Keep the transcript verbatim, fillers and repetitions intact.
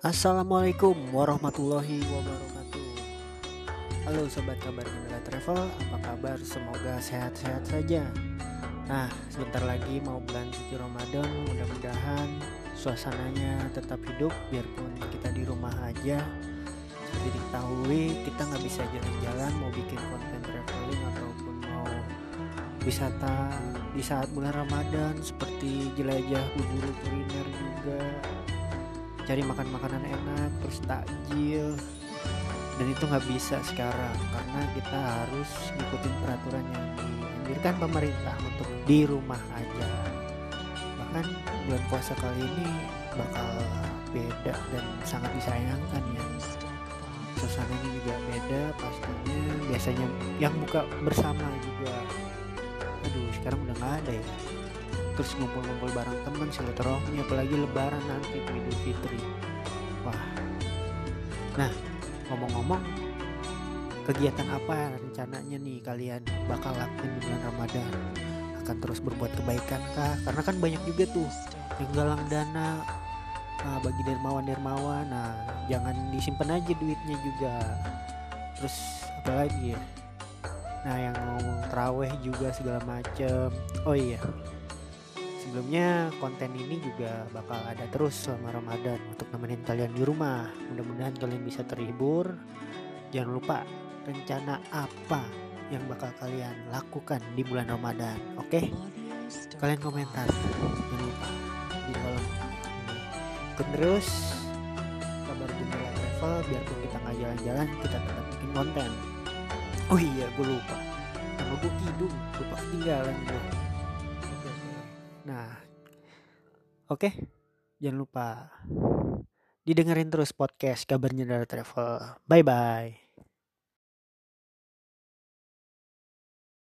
Assalamualaikum warahmatullahi wabarakatuh. Halo sobat kabar Jendela Travel, apa kabar? Semoga sehat-sehat saja. Nah, sebentar lagi mau bulan suci Ramadan, mudah-mudahan suasananya tetap hidup biarpun kita di rumah aja. Seperti diketahui, kita nggak bisa jalan-jalan, mau bikin konten traveling ataupun mau wisata di saat bulan Ramadan seperti jelajah berburu kuliner juga, cari makan makanan enak, terus takjil, dan itu nggak bisa sekarang karena kita harus ngikutin peraturan yang dianjurkan pemerintah untuk di rumah aja. Bahkan bulan puasa kali ini bakal beda dan sangat disayangkan ya. Suasananya juga beda pastinya. Biasanya yang buka bersama juga, aduh sekarang udah nggak ada ya. Terus ngumpul-ngumpul bareng teman, silaturahmi, apalagi lebaran nanti tuh Idul Fitri. Wah. Nah, ngomong-ngomong, kegiatan apa rencananya nih kalian bakal lakuin di bulan Ramadan? Akan terus berbuat kebaikan kah? Karena kan banyak juga tuh yang galang dana, nah, bagi dermawan-dermawan. Nah, jangan disimpan aja duitnya juga. Terus apa lagi ya? Nah, yang ngomong terawih juga segala macem. Oh iya, sebelumnya konten ini juga bakal ada terus selama Ramadan untuk nemenin kalian di rumah. Mudah-mudahan kalian bisa terhibur. Jangan lupa rencana apa yang bakal kalian lakukan di bulan Ramadan. Oke? Kalian komentar. Jangan lupa di kolom ini. Ikut terus kabar Jendela Travel, biarpun kita nggak jalan-jalan, kita tetap bikin konten. Oh iya, gue lupa. Nama gue Kidung, lupa ketinggalan gue. Nah, oke, jangan lupa didengerin terus podcast kabar Jendela Travel. Bye bye.